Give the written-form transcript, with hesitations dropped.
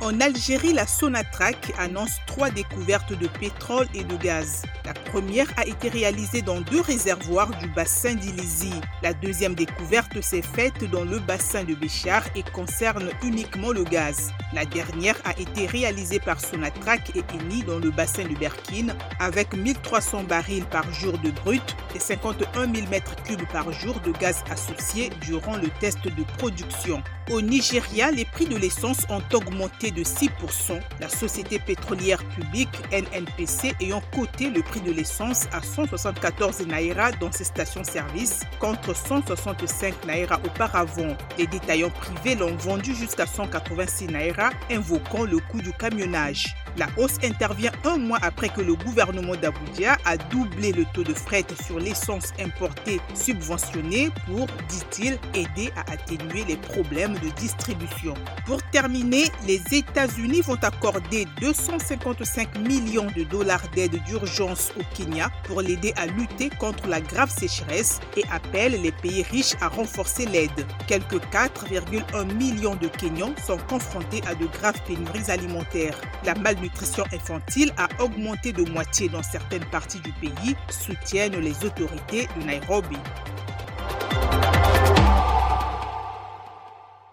En Algérie, la Sonatrach annonce 3 découvertes de pétrole et de gaz. La première a été réalisée dans 2 réservoirs du bassin d'Ilizi. La deuxième découverte s'est faite dans le bassin de Béchar et concerne uniquement le gaz. La dernière a été réalisée par Sonatrach et Eni dans le bassin de Berkine avec 1300 barils par jour de brut et 51 000 m3 par jour de gaz associé durant le test de production. Au Nigeria, les prix de l'essence ont augmenté de 6%. La société pétrolière publique NNPC ayant coté le prix de l'essence à 174 naira dans ses stations-service contre 165 naira auparavant. Les détaillants privés l'ont vendu jusqu'à 186 naira, invoquant le coût du camionnage. La hausse intervient un mois après que le gouvernement d'Abuja a doublé le taux de fret sur l'essence importée subventionnée pour, dit-il, aider à atténuer les problèmes de distribution. Pour terminer, les États-Unis vont accorder 255 millions de dollars d'aide d'urgence au Kenya pour l'aider à lutter contre la grave sécheresse et appellent les pays riches à renforcer l'aide. Quelques 4,1 millions de Kenyans sont confrontés à de graves pénuries alimentaires. La malnutrition infantile a augmenté de moitié dans certaines parties du pays, soutiennent les autorités de Nairobi.